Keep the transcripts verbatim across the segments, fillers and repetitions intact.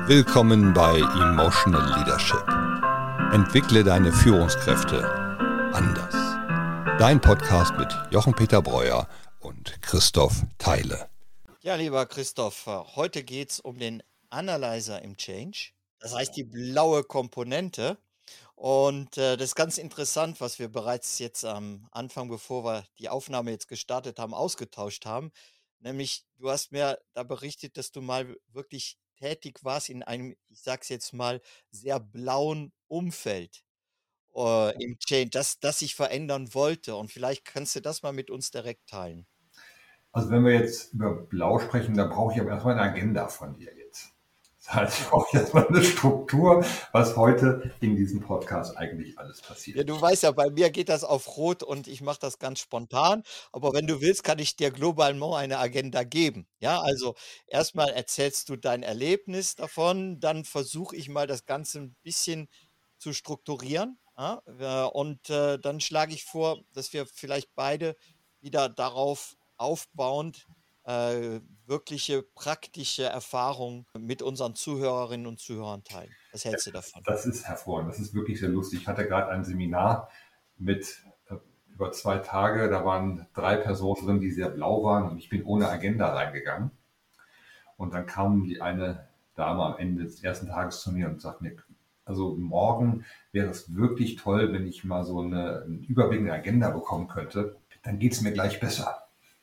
Willkommen bei Emotional Leadership. Entwickle deine Führungskräfte anders. Dein Podcast mit Jochen-Peter Breuer und Christoph Theile. Ja, lieber Christoph, heute geht es um den Analyzer im Change. Das heißt die blaue Komponente. Und äh, das ist ganz interessant, was wir bereits jetzt am Anfang, bevor wir die Aufnahme jetzt gestartet haben, ausgetauscht haben. Nämlich, du hast mir da berichtet, dass du mal wirklich tätig warst in einem, ich sag's jetzt mal, sehr blauen Umfeld äh, im Change, das, das sich verändern wollte. Und vielleicht kannst du das mal mit uns direkt teilen. Also wenn wir jetzt über Blau sprechen, dann brauche ich aber erstmal eine Agenda von dir jetzt. Das heißt, ich brauche erstmal eine Struktur, was heute in diesem Podcast eigentlich alles passiert. Ja, du weißt ja, bei mir geht das auf Rot und ich mache das ganz spontan. Aber wenn du willst, kann ich dir globalement eine Agenda geben. Ja, also erstmal erzählst du dein Erlebnis davon, dann versuche ich mal das Ganze ein bisschen zu strukturieren. Ja, äh, und äh, dann schlage ich vor, dass wir vielleicht beide wieder darauf aufbauend äh, wirkliche praktische Erfahrungen mit unseren Zuhörerinnen und Zuhörern teilen. Was hältst du davon? Das ist hervorragend, das ist wirklich sehr lustig. Ich hatte gerade ein Seminar mit äh, über zwei Tage, da waren drei Personen drin, die sehr blau waren und ich bin ohne Agenda reingegangen. Und dann kam die eine Dame am Ende des ersten Tages zu mir und sagt mir, also morgen wäre es wirklich toll, wenn ich mal so eine, eine überblickende Agenda bekommen könnte, dann geht es mir gleich besser.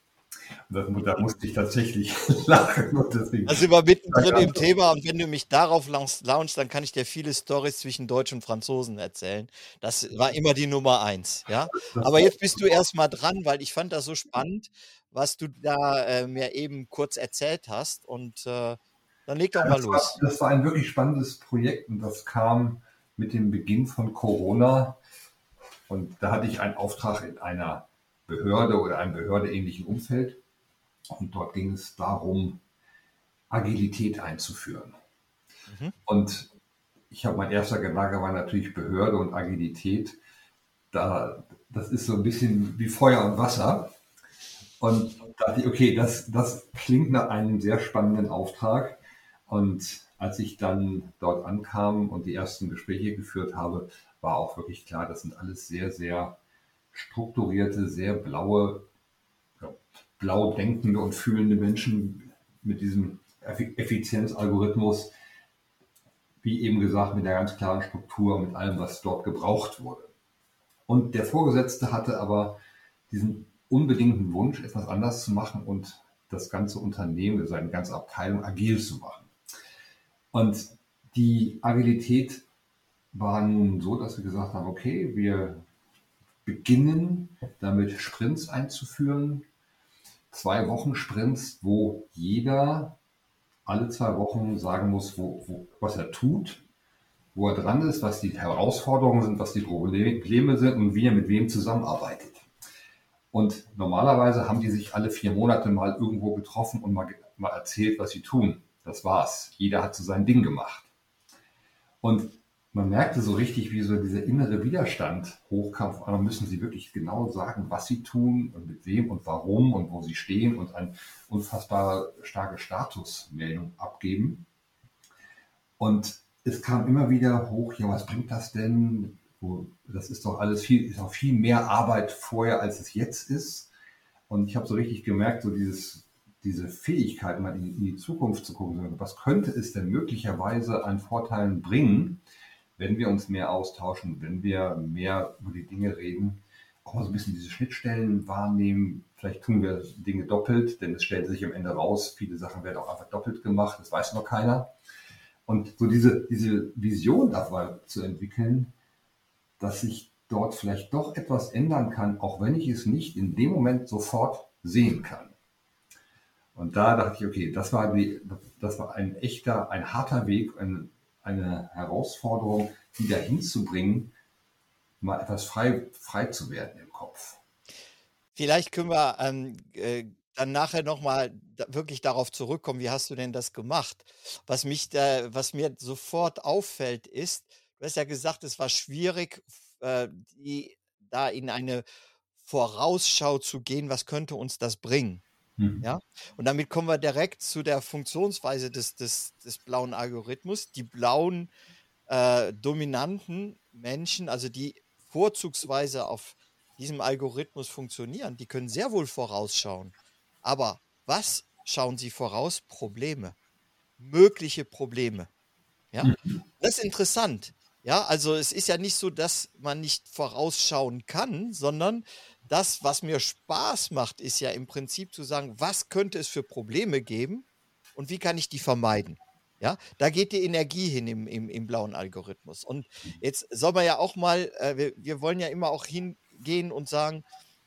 Und da musste ich tatsächlich lachen. Und deswegen also wir mittendrin im Thema und wenn du mich darauf launchst, dann kann ich dir viele Storys zwischen Deutsch und Franzosen erzählen. Das war immer die Nummer eins. Ja? Aber jetzt bist du erstmal dran, weil ich fand das so spannend, was du da äh, mir eben kurz erzählt hast. Und äh, dann leg doch mal das los. War, das war ein wirklich spannendes Projekt und das kam mit dem Beginn von Corona. Und da hatte ich einen Auftrag in einer Behörde oder einem behördeähnlichen Umfeld. Und dort ging es darum, Agilität einzuführen. Mhm. Und ich habe mein erster Gedanke war natürlich Behörde und Agilität. Da, das ist so ein bisschen wie Feuer und Wasser. Und da dachte ich, okay, das, das klingt nach einem sehr spannenden Auftrag. Und als ich dann dort ankam und die ersten Gespräche geführt habe, war auch wirklich klar, das sind alles sehr, sehr strukturierte, sehr blaue, blau denkende und fühlende Menschen mit diesem Effizienzalgorithmus, wie eben gesagt, mit der ganz klaren Struktur, mit allem, was dort gebraucht wurde. Und der Vorgesetzte hatte aber diesen unbedingten Wunsch, etwas anders zu machen und das ganze Unternehmen, seine ganze Abteilung agil zu machen. Und die Agilität war nun so, dass wir gesagt haben, okay, wir beginnen damit Sprints einzuführen, zwei Wochen Sprints, wo jeder alle zwei Wochen sagen muss, wo, wo, was er tut, wo er dran ist, was die Herausforderungen sind, was die Probleme sind und wie er mit wem zusammenarbeitet. Und normalerweise haben die sich alle vier Monate mal irgendwo getroffen und mal, mal erzählt, was sie tun. Das war's. Jeder hat so sein Ding gemacht. Und man merkte so richtig, wie so dieser innere Widerstand hochkam. Aber müssen sie wirklich genau sagen, was sie tun und mit wem und warum und wo sie stehen und eine unfassbar starke Statusmeldung abgeben. Und es kam immer wieder hoch, ja, was bringt das denn? Das ist doch alles viel, ist auch viel mehr Arbeit vorher, als es jetzt ist. Und ich habe so richtig gemerkt, so dieses, diese Fähigkeit, mal in, in die Zukunft zu gucken, was könnte es denn möglicherweise an Vorteilen bringen, wenn wir uns mehr austauschen, wenn wir mehr über die Dinge reden, auch mal so ein bisschen diese Schnittstellen wahrnehmen. Vielleicht tun wir Dinge doppelt, denn es stellt sich am Ende raus, viele Sachen werden auch einfach doppelt gemacht, das weiß noch keiner. Und so diese, diese Vision dabei zu entwickeln, dass sich dort vielleicht doch etwas ändern kann, auch wenn ich es nicht in dem Moment sofort sehen kann. Und da dachte ich, okay, das war, die, das war ein echter, ein harter Weg, ein, eine Herausforderung, die da hinzubringen, mal etwas frei, frei zu werden im Kopf. Vielleicht können wir ähm, äh, dann nachher nochmal da, wirklich darauf zurückkommen, wie hast du denn das gemacht? Was mich da, was mir sofort auffällt, ist, du hast ja gesagt, es war schwierig, äh, die, da in eine Vorausschau zu gehen, was könnte uns das bringen? Mhm. Ja? Und damit kommen wir direkt zu der Funktionsweise des, des, des blauen Algorithmus. Die blauen äh, dominanten Menschen, also die vorzugsweise auf diesem Algorithmus funktionieren, die können sehr wohl vorausschauen. Aber was schauen sie voraus? Probleme, mögliche Probleme. Ja, Mhm. das ist interessant. Ja, also es ist ja nicht so, dass man nicht vorausschauen kann, sondern das, was mir Spaß macht, ist ja im Prinzip zu sagen, was könnte es für Probleme geben und wie kann ich die vermeiden? Ja, da geht die Energie hin im, im, im blauen Algorithmus. Und jetzt soll man ja auch mal, äh, wir, wir wollen ja immer auch hingehen und sagen,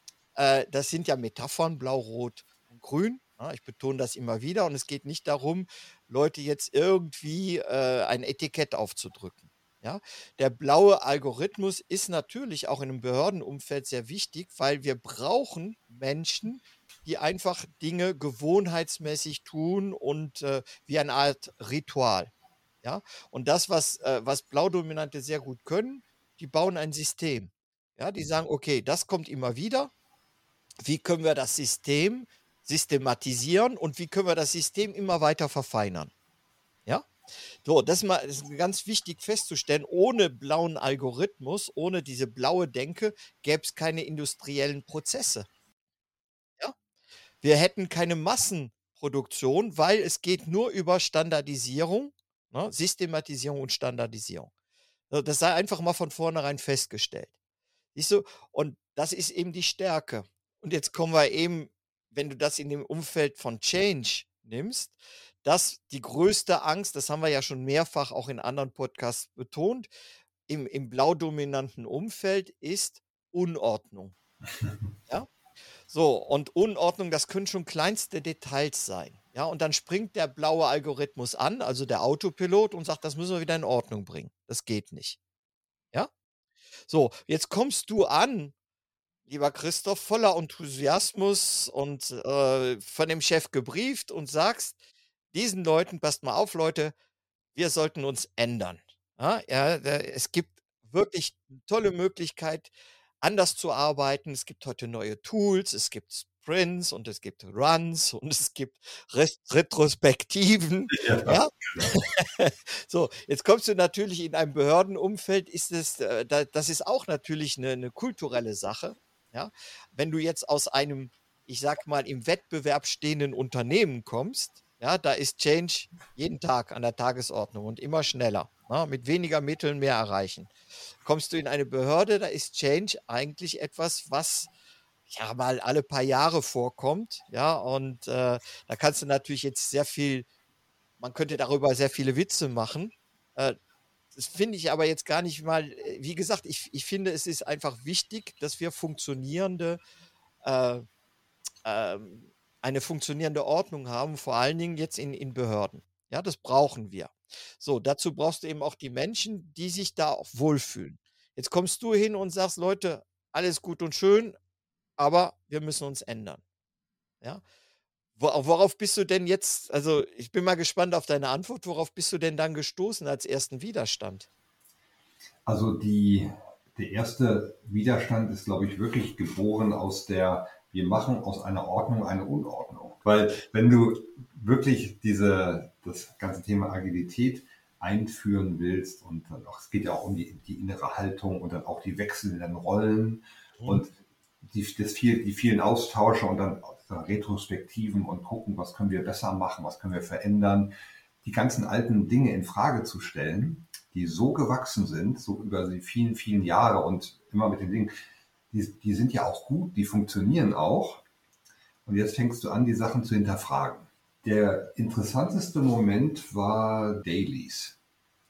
äh, das sind ja Metaphern, blau, rot und grün. Ja, ich betone das immer wieder. Und es geht nicht darum, Leute jetzt irgendwie äh, ein Etikett aufzudrücken. Ja, der blaue Algorithmus ist natürlich auch in einem Behördenumfeld sehr wichtig, weil wir brauchen Menschen, die einfach Dinge gewohnheitsmäßig tun und äh, wie eine Art Ritual. Ja, und das, was, äh, was Blaudominante sehr gut können, die bauen ein System. Ja, die sagen, okay, das kommt immer wieder. Wie können wir das System systematisieren und wie können wir das System immer weiter verfeinern? Ja, so, das ist mal das ist ganz wichtig festzustellen. Ohne blauen Algorithmus, ohne diese blaue Denke, gäbe es keine industriellen Prozesse. Ja, wir hätten keine Massenproduktion, weil es geht nur über Standardisierung, ne, Systematisierung und Standardisierung. So, das sei einfach mal von vornherein festgestellt. Siehst du? Und das ist eben die Stärke. Und jetzt kommen wir eben, wenn du das in dem Umfeld von Change nimmst, dass die größte Angst, das haben wir ja schon mehrfach auch in anderen Podcasts betont, im, im blau-dominanten Umfeld ist Unordnung. Ja? So, und Unordnung, das können schon kleinste Details sein. Ja, und dann springt der blaue Algorithmus an, also der Autopilot, und sagt, das müssen wir wieder in Ordnung bringen. Das geht nicht. Ja? So, jetzt kommst du an, lieber Christoph, voller Enthusiasmus und äh, von dem Chef gebrieft und sagst diesen Leuten, passt mal auf, Leute, wir sollten uns ändern. Ja, ja, da- es gibt wirklich eine tolle Möglichkeit, anders zu arbeiten. Es gibt heute neue Tools, es gibt Sprints und es gibt Runs und es gibt Res Retrospektiven. Ja, Ja, genau. so, jetzt kommst du natürlich in einem Behördenumfeld, ist es, äh, da, das ist auch natürlich eine, eine kulturelle Sache. Ja, wenn du jetzt aus einem, ich sag mal, im Wettbewerb stehenden Unternehmen kommst, ja, da ist Change jeden Tag an der Tagesordnung und immer schneller, ne, mit weniger Mitteln mehr erreichen. Kommst du in eine Behörde, da ist Change eigentlich etwas, was ja mal alle paar Jahre vorkommt, ja, und äh, da kannst du natürlich jetzt sehr viel, man könnte darüber sehr viele Witze machen. Äh, das finde ich aber jetzt gar nicht mal, äh, wie gesagt, ich, ich finde, es ist einfach wichtig, dass wir funktionierende, äh, ähm, eine funktionierende Ordnung haben, vor allen Dingen jetzt in, in Behörden. Ja, das brauchen wir. So, dazu brauchst du eben auch die Menschen, die sich da auch wohlfühlen. Jetzt kommst du hin und sagst, Leute, alles gut und schön, aber wir müssen uns ändern. Ja, Wo worauf bist du denn jetzt, also, ich bin mal gespannt auf deine Antwort. Worauf bist du denn dann gestoßen als ersten Widerstand? Also die, der erste Widerstand ist, glaube ich, wirklich geboren aus der, wir machen aus einer Ordnung eine Unordnung. Weil wenn du wirklich diese, das ganze Thema Agilität einführen willst und dann auch, es geht ja auch um die, die innere Haltung und dann auch die wechselnden Rollen Mhm. und die, das viel, die vielen Austausche und dann Retrospektiven und gucken, was können wir besser machen, was können wir verändern, die ganzen alten Dinge in Frage zu stellen, die so gewachsen sind, so über die vielen, vielen Jahre und immer mit den Dingen, die, die sind ja auch gut, die funktionieren auch. Und jetzt fängst du an, die Sachen zu hinterfragen. Der interessanteste Moment war Dailies.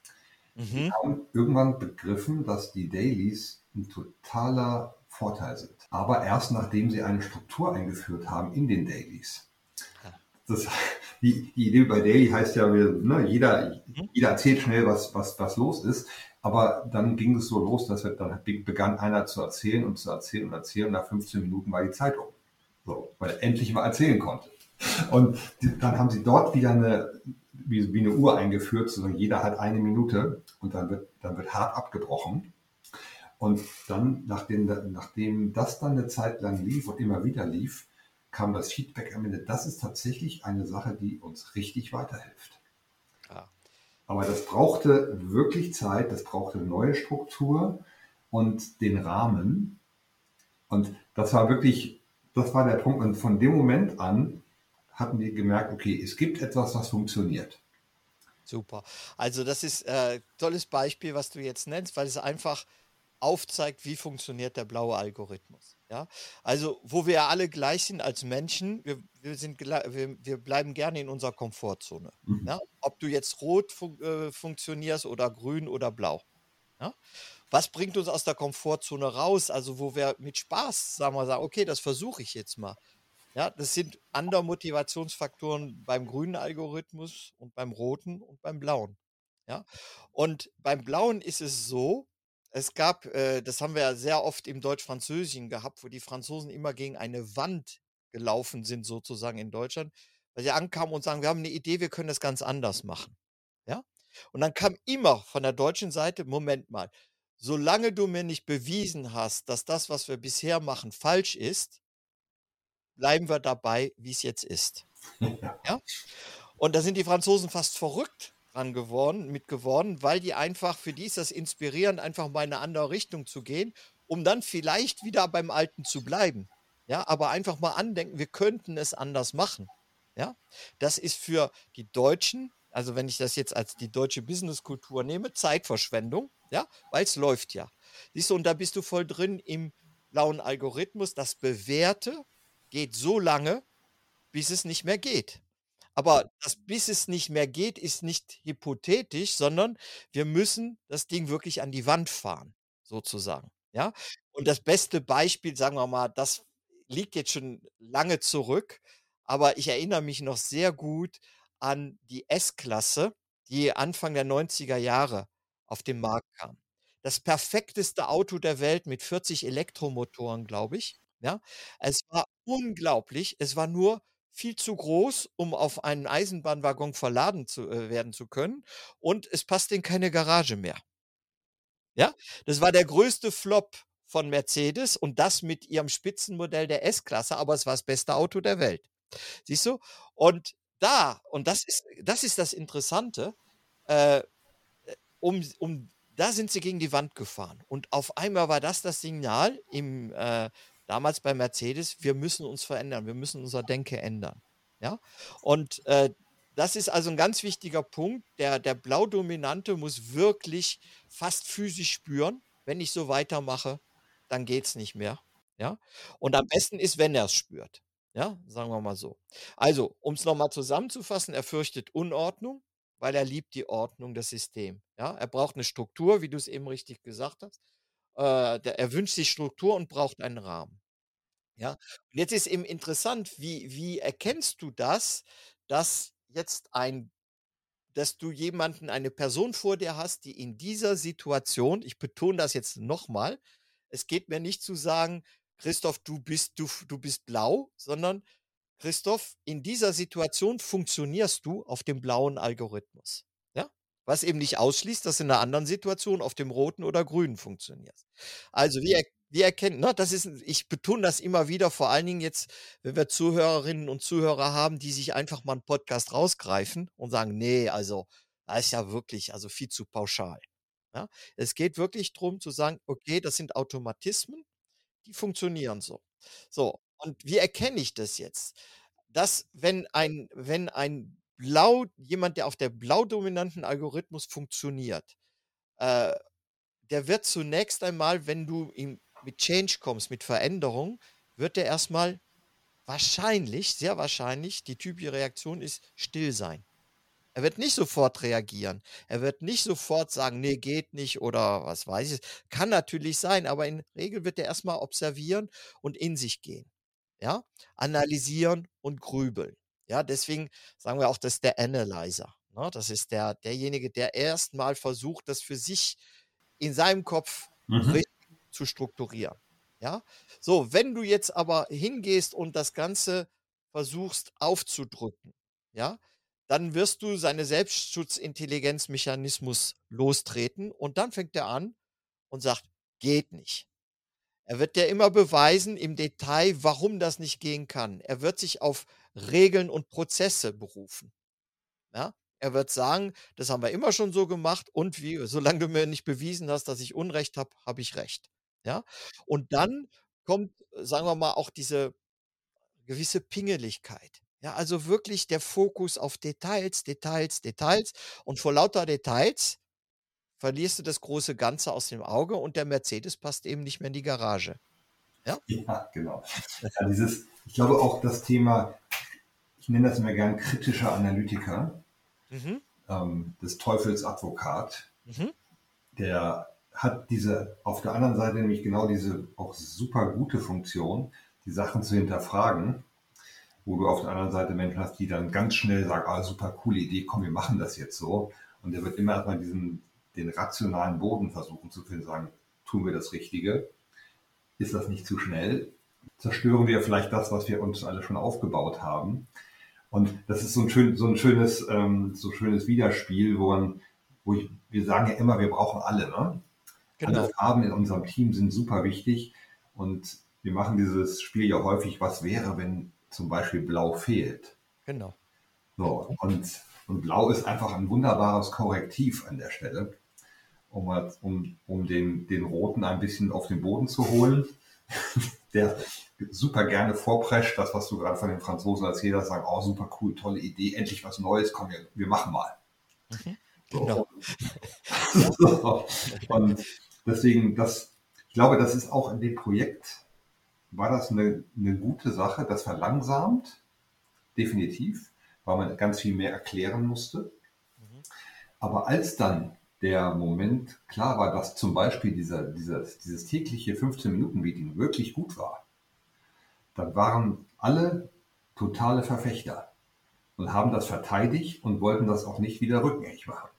Wir Mhm. haben irgendwann begriffen, dass die Dailies ein totaler Vorteil sind. Aber erst nachdem sie eine Struktur eingeführt haben in den Dailies. Ja. Das, die, die Idee bei Daily heißt ja, wir, ne, jeder, Mhm. jeder erzählt schnell, was, was, was los ist. Aber dann ging es so los, dass wir, dann begann einer zu erzählen und zu erzählen und erzählen. Und nach fünfzehn Minuten war die Zeit um. So, weil er endlich mal erzählen konnte. Und die, dann haben sie dort wieder eine, wie, wie eine Uhr eingeführt, so jeder hat eine Minute und dann wird, dann wird hart abgebrochen. Und dann, nachdem, nachdem das dann eine Zeit lang lief und immer wieder lief, kam das Feedback am Ende, das ist tatsächlich eine Sache, die uns richtig weiterhilft. Ja. Aber das brauchte wirklich Zeit, das brauchte neue Struktur und den Rahmen. Und das war wirklich, das war der Punkt. Und von dem Moment an hatten wir gemerkt, okay, es gibt etwas, was funktioniert. Super. Also das ist ein äh, tolles Beispiel, was du jetzt nennst, weil es einfach aufzeigt, wie funktioniert der blaue Algorithmus. Ja? Also wo wir ja alle gleich sind als Menschen, wir, wir, sind, wir, wir bleiben gerne in unserer Komfortzone. Mhm. Ja? Ob du jetzt rot fun äh, funktionierst oder grün oder blau. Ja? Was bringt uns aus der Komfortzone raus? Also wo wir mit Spaß sagen wir, sagen, okay, das versuche ich jetzt mal. Ja, das sind andere Motivationsfaktoren beim grünen Algorithmus und beim roten und beim blauen. Ja, und beim blauen ist es so, es gab, äh, das haben wir ja sehr oft im Deutsch-Französischen gehabt, wo die Franzosen immer gegen eine Wand gelaufen sind, sozusagen in Deutschland, weil sie ankamen und sagen, wir haben eine Idee, wir können das ganz anders machen. Ja, und dann kam immer von der deutschen Seite, Moment mal, solange du mir nicht bewiesen hast, dass das, was wir bisher machen, falsch ist, bleiben wir dabei, wie es jetzt ist. Ja? Und da sind die Franzosen fast verrückt dran geworden, mit geworden, weil die einfach, für die ist das inspirierend, einfach mal in eine andere Richtung zu gehen, um dann vielleicht wieder beim Alten zu bleiben. Ja, aber einfach mal andenken, wir könnten es anders machen. Ja, das ist für die Deutschen, also wenn ich das jetzt als die deutsche Businesskultur nehme, Zeitverschwendung, ja, weil es läuft ja. Siehst du, und da bist du voll drin im blauen Algorithmus, das Bewährte geht so lange, bis es nicht mehr geht. Aber das bis es nicht mehr geht, ist nicht hypothetisch, sondern wir müssen das Ding wirklich an die Wand fahren, sozusagen, ja? Und das beste Beispiel, sagen wir mal, das liegt jetzt schon lange zurück, aber ich erinnere mich noch sehr gut an die S-Klasse, die Anfang der neunziger Jahre auf den Markt kam. Das perfekteste Auto der Welt mit vierzig Elektromotoren, glaube ich, ja? Es war unglaublich. Es war nur viel zu groß, um auf einen Eisenbahnwaggon verladen zu äh, werden zu können, und es passte in keine Garage mehr. Ja, das war der größte Flop von Mercedes und das mit ihrem Spitzenmodell der S-Klasse, aber es war das beste Auto der Welt. Siehst du? Und da und das ist das ist das Interessante, äh, um um da sind sie gegen die Wand gefahren und auf einmal war das das Signal im äh, damals bei Mercedes: „Wir müssen uns verändern, wir müssen unser Denken ändern." Ja? Und, äh, das ist also ein ganz wichtiger Punkt. Der der Blaudominante muss wirklich fast physisch spüren: „Wenn ich so weitermache, dann geht's nicht mehr." Ja? Und am besten ist, wenn er es spürt. Ja, sagen wir mal so. Also, um es noch mal zusammenzufassen, er fürchtet Unordnung, weil er liebt die Ordnung, das System. Ja, er braucht eine Struktur, wie du es eben richtig gesagt hast. Äh, der er wünscht sich Struktur und braucht einen Rahmen. Ja, und jetzt ist eben interessant, wie wie erkennst du das, dass jetzt ein dass du jemanden, eine Person vor dir hast, die in dieser Situation, ich betone das jetzt noch mal, es geht mir nicht zu sagen: „Christoph, du bist du f du bist blau", sondern: „Christoph, in dieser Situation funktionierst du auf dem blauen Algorithmus." Ja? Was eben nicht ausschließt, dass du in 'ner anderen Situation auf dem roten oder grünen funktionierst. Also, wie er wie erkennt, ne, das ist 'n ich betone das immer wieder, vor allen Dingen jetzt, wenn wir Zuhörerinnen und Zuhörer haben, die sich einfach mal 'n Podcast rausgreifen und sagen: „Ne, also, das ist ja wirklich, also, viel zu pauschal." Ja? Es geht wirklich drum zu sagen: „Okay, das sind Automatismen, die funktionieren so." So, und wie erkenne ich das jetzt? Dass, wenn ein wenn ein blau jemand, der auf der blau-dominanten Algorithmus funktioniert, äh, der wird zunächst einmal, wenn du ihm mit Change kommst, mit Veränderung, wird der erst mal wahrscheinlich, sehr wahrscheinlich, die typische Reaktion ist still sein. Er wird nicht sofort reagieren. Er wird nicht sofort sagen: „Ne, geht nicht" oder was weiß ich. Kann natürlich sein, aber in Regel wird er erst mal observieren und in sich gehen, ja? Analysieren und grübeln. Ja, deswegen sagen wir auch, das ist der Analyzer, ne? Das ist der derjenige, der erst mal versucht, das für sich in seinem Kopf Mhm. richtig zu strukturieren, ja? So, wenn du jetzt aber hingehst und das Ganze versuchst aufzudrücken, ja, dann wirst du seine Selbstschutzintelligenzmechanismus lostreten und dann fängt er an und sagt: „Geht nicht." Er wird dir immer beweisen im Detail, warum das nicht gehen kann. Er wird sich auf Regeln und Prozesse berufen. Ja? Er wird sagen, das haben wir immer schon so gemacht und wie, solange du mir nicht bewiesen hast, dass ich Unrecht habe, habe ich Recht. Ja? Und dann kommt, sagen wir mal, auch diese gewisse Pingeligkeit. Ja, also wirklich der Fokus auf Details, Details, Details. Und vor lauter Details verlierst du das große Ganze aus dem Auge und der Mercedes passt eben nicht mehr in die Garage. Ja? Ja, genau. Ja, dieses, ich glaube auch das Thema, ich nenne das immer gern kritischer Analytiker, Mhm. ähm, des Teufels Advokat, Mhm. der hat diese, auf der anderen Seite nämlich genau diese auch super gute Funktion, die Sachen zu hinterfragen, wo du auf der anderen Seite Menschen hast, die dann ganz schnell sagen, ah, super coole Idee, komm, wir machen das jetzt so. Und der wird immer erstmal diesen, den rationalen Boden versuchen zu finden, sagen, tun wir das Richtige? Ist das nicht zu schnell? Zerstören wir vielleicht das, was wir uns alle schon aufgebaut haben? Und das ist so ein, schön, so ein schönes, ähm, so schönes Widerspiel, wo, man, wo ich, wir sagen ja immer, wir brauchen alle. Ne? Genau. Alle Farben in unserem Team sind super wichtig. Und wir machen dieses Spiel ja häufig, was wäre, wenn zum Beispiel Blau fehlt. Genau. So, und, und Blau ist einfach ein wunderbares Korrektiv an der Stelle, um, um, um den, den Roten ein bisschen auf den Boden zu holen, der super gerne vorprescht, das, was du gerade von den Franzosen erzählt hast, sagen, oh, super cool, tolle Idee, endlich was Neues, komm, wir, wir machen mal. Mhm. Genau. So. So. Und deswegen, das, ich glaube, das ist auch in dem Projekt, war das eine, eine gute Sache, das verlangsamt, definitiv, weil man ganz viel mehr erklären musste. Mhm. Aber als dann der Moment klar war, dass zum Beispiel dieser, dieses, dieses tägliche fünfzehn-Minuten-Meeting wirklich gut war, dann waren alle totale Verfechter und haben das verteidigt und wollten das auch nicht wieder rückgängig machen.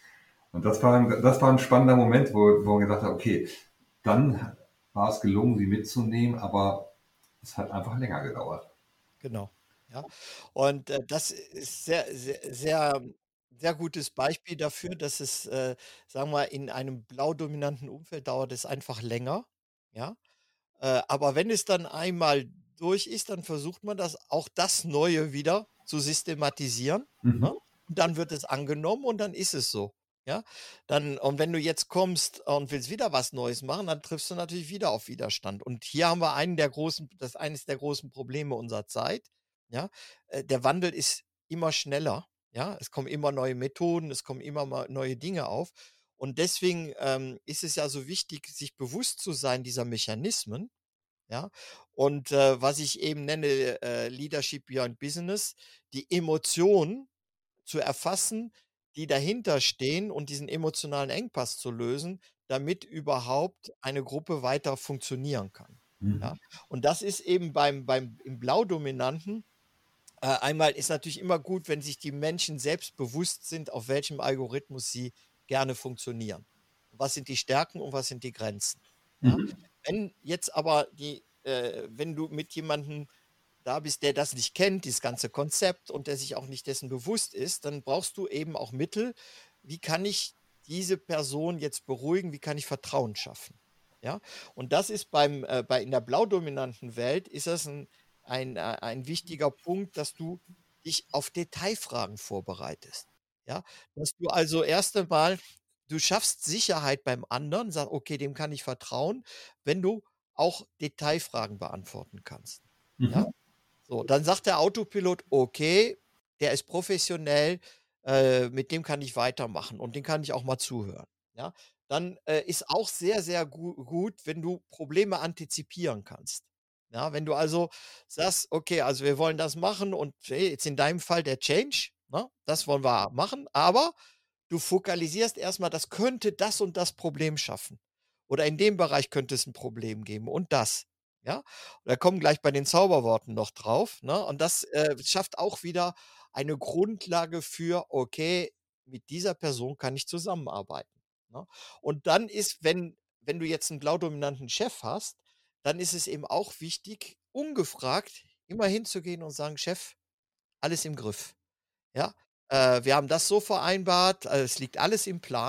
Und das war ein, das war ein spannender Moment, wo, wo man gesagt hat, okay, dann war es gelungen, sie mitzunehmen, aber es hat einfach länger gedauert. Genau. Ja. Und äh, das ist sehr, sehr, sehr, sehr gutes Beispiel dafür, dass es, äh, sagen wir, in einem blau-dominanten Umfeld dauert es einfach länger. Ja. Äh, aber wenn es dann einmal durch ist, dann versucht man das auch das Neue wieder zu systematisieren, Mhm. ne? Und dann wird es angenommen und dann ist es so, ja? Dann und wenn du jetzt kommst und willst wieder was Neues machen, dann triffst du natürlich wieder auf Widerstand. Und hier haben wir einen der großen das ist eines der großen Probleme unserer Zeit, ja? Äh, der Wandel ist immer schneller, ja? Es kommen immer neue Methoden, es kommen immer mal neue Dinge auf. Und deswegen, ähm, ist es ja so wichtig, sich bewusst zu sein dieser Mechanismen, ja? Und, äh, was ich eben nenne, äh, Leadership Beyond Business, die Emotionen zu erfassen, die dahinter stehen und diesen emotionalen Engpass zu lösen, damit überhaupt eine Gruppe weiter funktionieren kann, Mhm. ja? Und das ist eben beim beim im Blau-Dominanten äh, einmal ist natürlich immer gut, wenn sich die Menschen selbst bewusst sind, auf welchem Algorithmus sie gerne funktionieren. Was sind die Stärken und was sind die Grenzen? Ja? Mhm. Wenn jetzt aber die, äh, wenn du mit jemandem da bist, der das nicht kennt, dieses ganze Konzept und der sich auch nicht dessen bewusst ist, dann brauchst du eben auch Mittel. Wie kann ich diese Person jetzt beruhigen? Wie kann ich Vertrauen schaffen? Ja, und das ist beim, äh, bei in der blau-dominanten Welt ist das ein, ein, äh, ein wichtiger Punkt, dass du dich auf Detailfragen vorbereitest. Ja, dass du also erst einmal, du schaffst Sicherheit beim anderen, sag, okay, dem kann ich vertrauen, wenn du auch Detailfragen beantworten kannst. Ja, Mhm. so, dann sagt der Autopilot: „Okay, der ist professionell, äh, mit dem kann ich weitermachen und dem kann ich auch mal zuhören“, ja? Dann, äh, ist auch sehr, sehr gu gut, wenn du Probleme antizipieren kannst. Ja, wenn du also sagst: „Okay, also wir wollen das machen und hey, jetzt in deinem Fall der Change, ne? Das wollen wir machen, aber du fokalisierst erst mal, das könnte das und das Problem schaffen. Oder in dem Bereich könnte es 'n Problem geben und das, ja? Wir kommen gleich bei den Zauberworten noch drauf, ne? Und das, äh, schafft auch wieder eine Grundlage für: „Okay, mit dieser Person kann ich zusammenarbeiten“, ne? Und dann ist, wenn wenn du jetzt 'n blau-dominanten Chef hast, dann ist es eben auch wichtig, ungefragt immer hinzugehen und sagen: „Chef, alles im Griff, ja? Äh, wir haben das so vereinbart, äh, es liegt alles im Plan.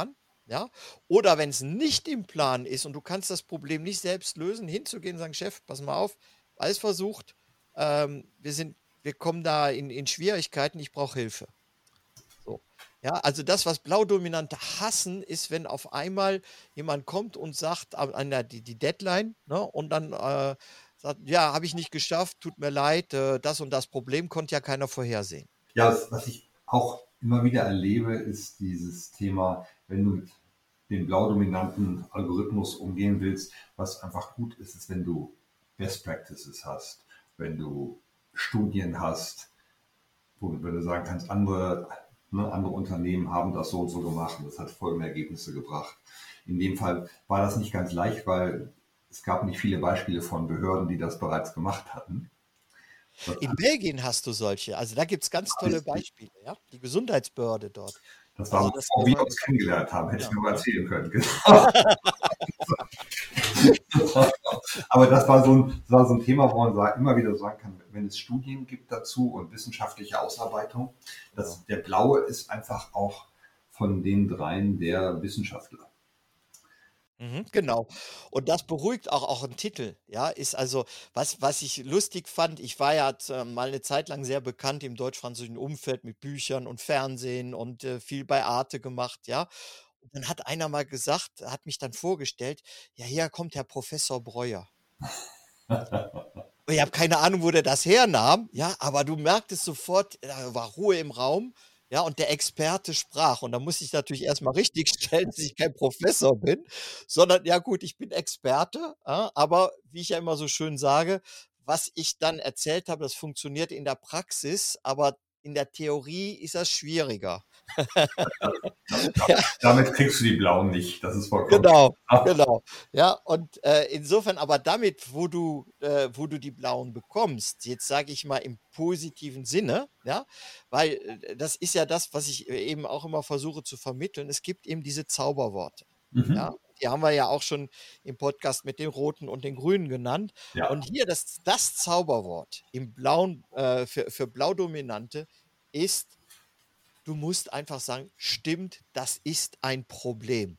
Ja? Oder wenn es nicht im Plan ist und du kannst das Problem nicht selbst lösen, hinzugehen und sagen, Chef, pass mal auf, alles versucht, ähm, wir sind, wir kommen da in, in Schwierigkeiten, ich brauche Hilfe. So. Ja, also das, was Blaudominante hassen, ist, wenn auf einmal jemand kommt und sagt, an an der, die, die Deadline, ne, und dann äh, sagt, ja, habe ich nicht geschafft, tut mir leid, äh, das und das Problem konnte ja keiner vorhersehen. Ja, was, was ich auch immer wieder erlebe, ist dieses Thema, wenn du mit dem blaudominanten Algorithmus umgehen willst, was einfach gut ist, ist, wenn du Best Practices hast, wenn du Studien hast, wo du wenn du sagen kannst, andere, ne, andere Unternehmen haben das so und so gemacht und das hat folgende Ergebnisse gebracht. In dem Fall war das nicht ganz leicht, weil es gab nicht viele Beispiele von Behörden, die das bereits gemacht hatten. Das, In Belgien hast du solche, also da gibt es ganz tolle ist, Beispiele, ja, die Gesundheitsbehörde dort. das war, Also das bevor kann wir man, uns kennengelernt haben, hätte ich ja, mir mal ja. erzählen können. Aber das war, so ein, das war so ein Thema, wo man sagt, immer wieder sagen kann, wenn es Studien gibt dazu und wissenschaftliche Ausarbeitung, dass Ja. der Blaue ist einfach auch von den dreien der Wissenschaftler. Mhm, genau. Und das beruhigt auch auch 'n Titel, ja? Ist also was was ich lustig fand, ich war ja z mal eine Zeit lang sehr bekannt im deutsch-französischen Umfeld mit Büchern und Fernsehen und, äh, viel bei Arte gemacht, ja? Und dann hat einer mal gesagt hat mich dann vorgestellt: „Ja, hier kommt Herr Professor Breuer.“ Und ich habe keine Ahnung, wo der das hernahm, ja, aber du merktest sofort, da war Ruhe im Raum, ja, und der Experte sprach. Und da musste ich natürlich erst mal richtigstellen, dass ich kein Professor bin, sondern ja gut, ich bin Experte, ja, aber wie ich ja immer so schön sage, was ich dann erzählt habe, das funktioniert in der Praxis, aber in der Theorie ist das schwieriger. Ja. Damit kriegst du die Blauen nicht, das ist vollkommen Genau, klar. genau. Ja, und, äh, insofern aber damit, wo du äh, wo du die Blauen bekommst, jetzt sage ich mal im positiven Sinne, ja, weil, äh, das ist ja das, was ich, äh, eben auch immer versuche zu vermitteln. Es gibt eben diese Zauberworte, ja? Mhm. Die haben wir ja auch schon im Podcast mit den Roten und den Grünen genannt. Ja. Und hier das das Zauberwort im Blauen, äh, für für Blaudominante ist, du musst einfach sagen: „Stimmt, das ist ein Problem.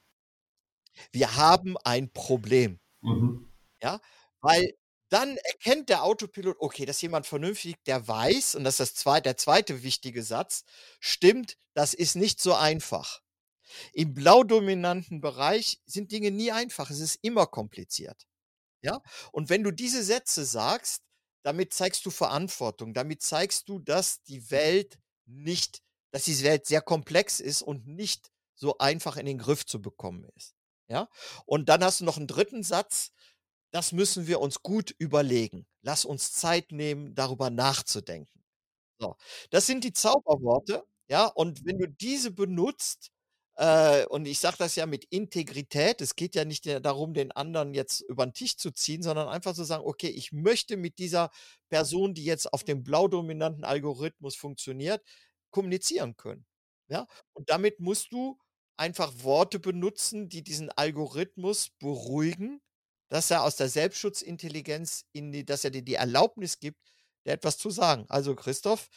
Wir haben ein Problem.“ Mhm. Ja, weil dann erkennt der Autopilot, okay, das ist jemand vernünftig, der weiß, und das ist das zwei der zweite wichtige Satz: „Stimmt, das ist nicht so einfach.“ Im blaudominanten Bereich sind Dinge nie einfach, es ist immer kompliziert, ja? Und wenn du diese Sätze sagst, damit zeigst du Verantwortung, damit zeigst du, dass die Welt nicht dass diese Welt sehr komplex ist und nicht so einfach in den Griff zu bekommen ist, ja? Und dann hast du noch 'n dritten Satz: „Das müssen wir uns gut überlegen. Lass uns Zeit nehmen, darüber nachzudenken.“ So, das sind die Zauberworte, ja? Und wenn du diese benutzt, äh, und ich sage das ja mit Integrität, es geht ja nicht, äh, darum, den anderen jetzt über 'n Tisch zu ziehen, sondern einfach zu sagen: „Okay, ich möchte mit dieser Person, die jetzt auf dem blaudominanten Algorithmus funktioniert, kommunizieren können“, ja? Und damit musst du einfach Worte benutzen, die diesen Algorithmus beruhigen, dass er aus der Selbstschutzintelligenz in die dass er dir die Erlaubnis gibt, dir etwas zu sagen. Also, Christoph,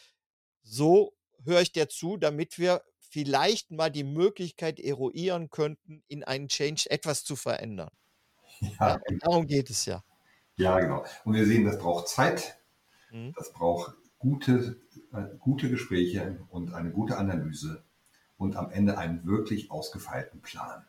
so höre ich dir zu, damit wir vielleicht mal die Möglichkeit eruieren könnten, in einen Change etwas zu verändern. Ja, Ja, und darum geht es ja. ja, genau. Und wir sehen, das braucht Zeit, Mhm. das braucht gute, äh, gute Gespräche und eine gute Analyse und am Ende einen wirklich ausgefeilten Plan.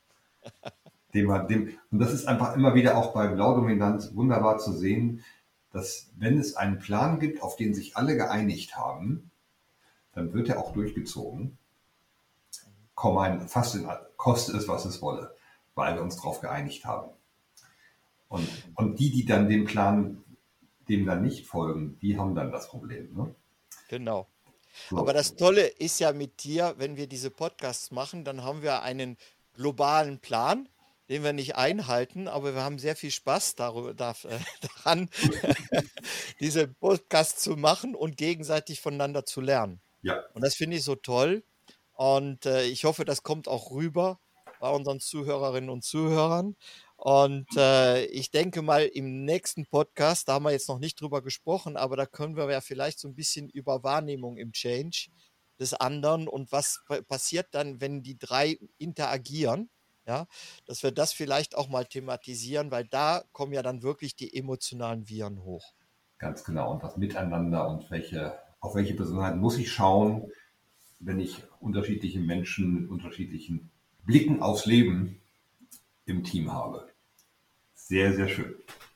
Den man, dem, und das ist einfach immer wieder auch bei Blaudominanz wunderbar zu sehen, dass wenn es einen Plan gibt, auf den sich alle geeinigt haben, dann wird er auch durchgezogen. Komm ein, fast in, koste es, was es wolle, weil wir uns darauf geeinigt haben. Und, und die, die dann dem Plan, dem dann nicht folgen, die haben dann das Problem. Ne? Genau. So. Aber das Tolle ist ja mit dir, wenn wir diese Podcasts machen, dann haben wir einen globalen Plan, den wir nicht einhalten, aber wir haben sehr viel Spaß darü darf äh, daran, diese Podcasts zu machen und gegenseitig voneinander zu lernen. Ja, Und das finde ich so toll. Und, äh, ich hoffe, das kommt auch rüber bei unseren Zuhörerinnen und Zuhörern. Und, äh, ich denke mal, im nächsten Podcast, da haben wir jetzt noch nicht drüber gesprochen, aber da können wir ja vielleicht so ein bisschen über Wahrnehmung im Change des anderen und was passiert dann, wenn die drei interagieren. Ja, dass wir das vielleicht auch mal thematisieren, weil da kommen ja dann wirklich die emotionalen Viren hoch. Ganz genau. Und das Miteinander und welche, auf welche Besonderheiten muss ich schauen, wenn ich unterschiedliche Menschen mit unterschiedlichen Blicken aufs Leben im Team habe. Sehr, sehr schön.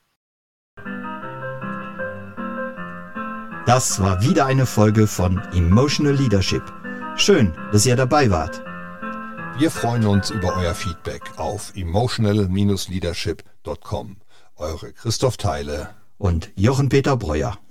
Das war wieder eine Folge von Emotional Leadership. Schön, dass ihr dabei wart. Wir freuen uns über euer Feedback auf emotional Leadership Punkt com. Eure Christoph Theile und Jochen Peter Breuer.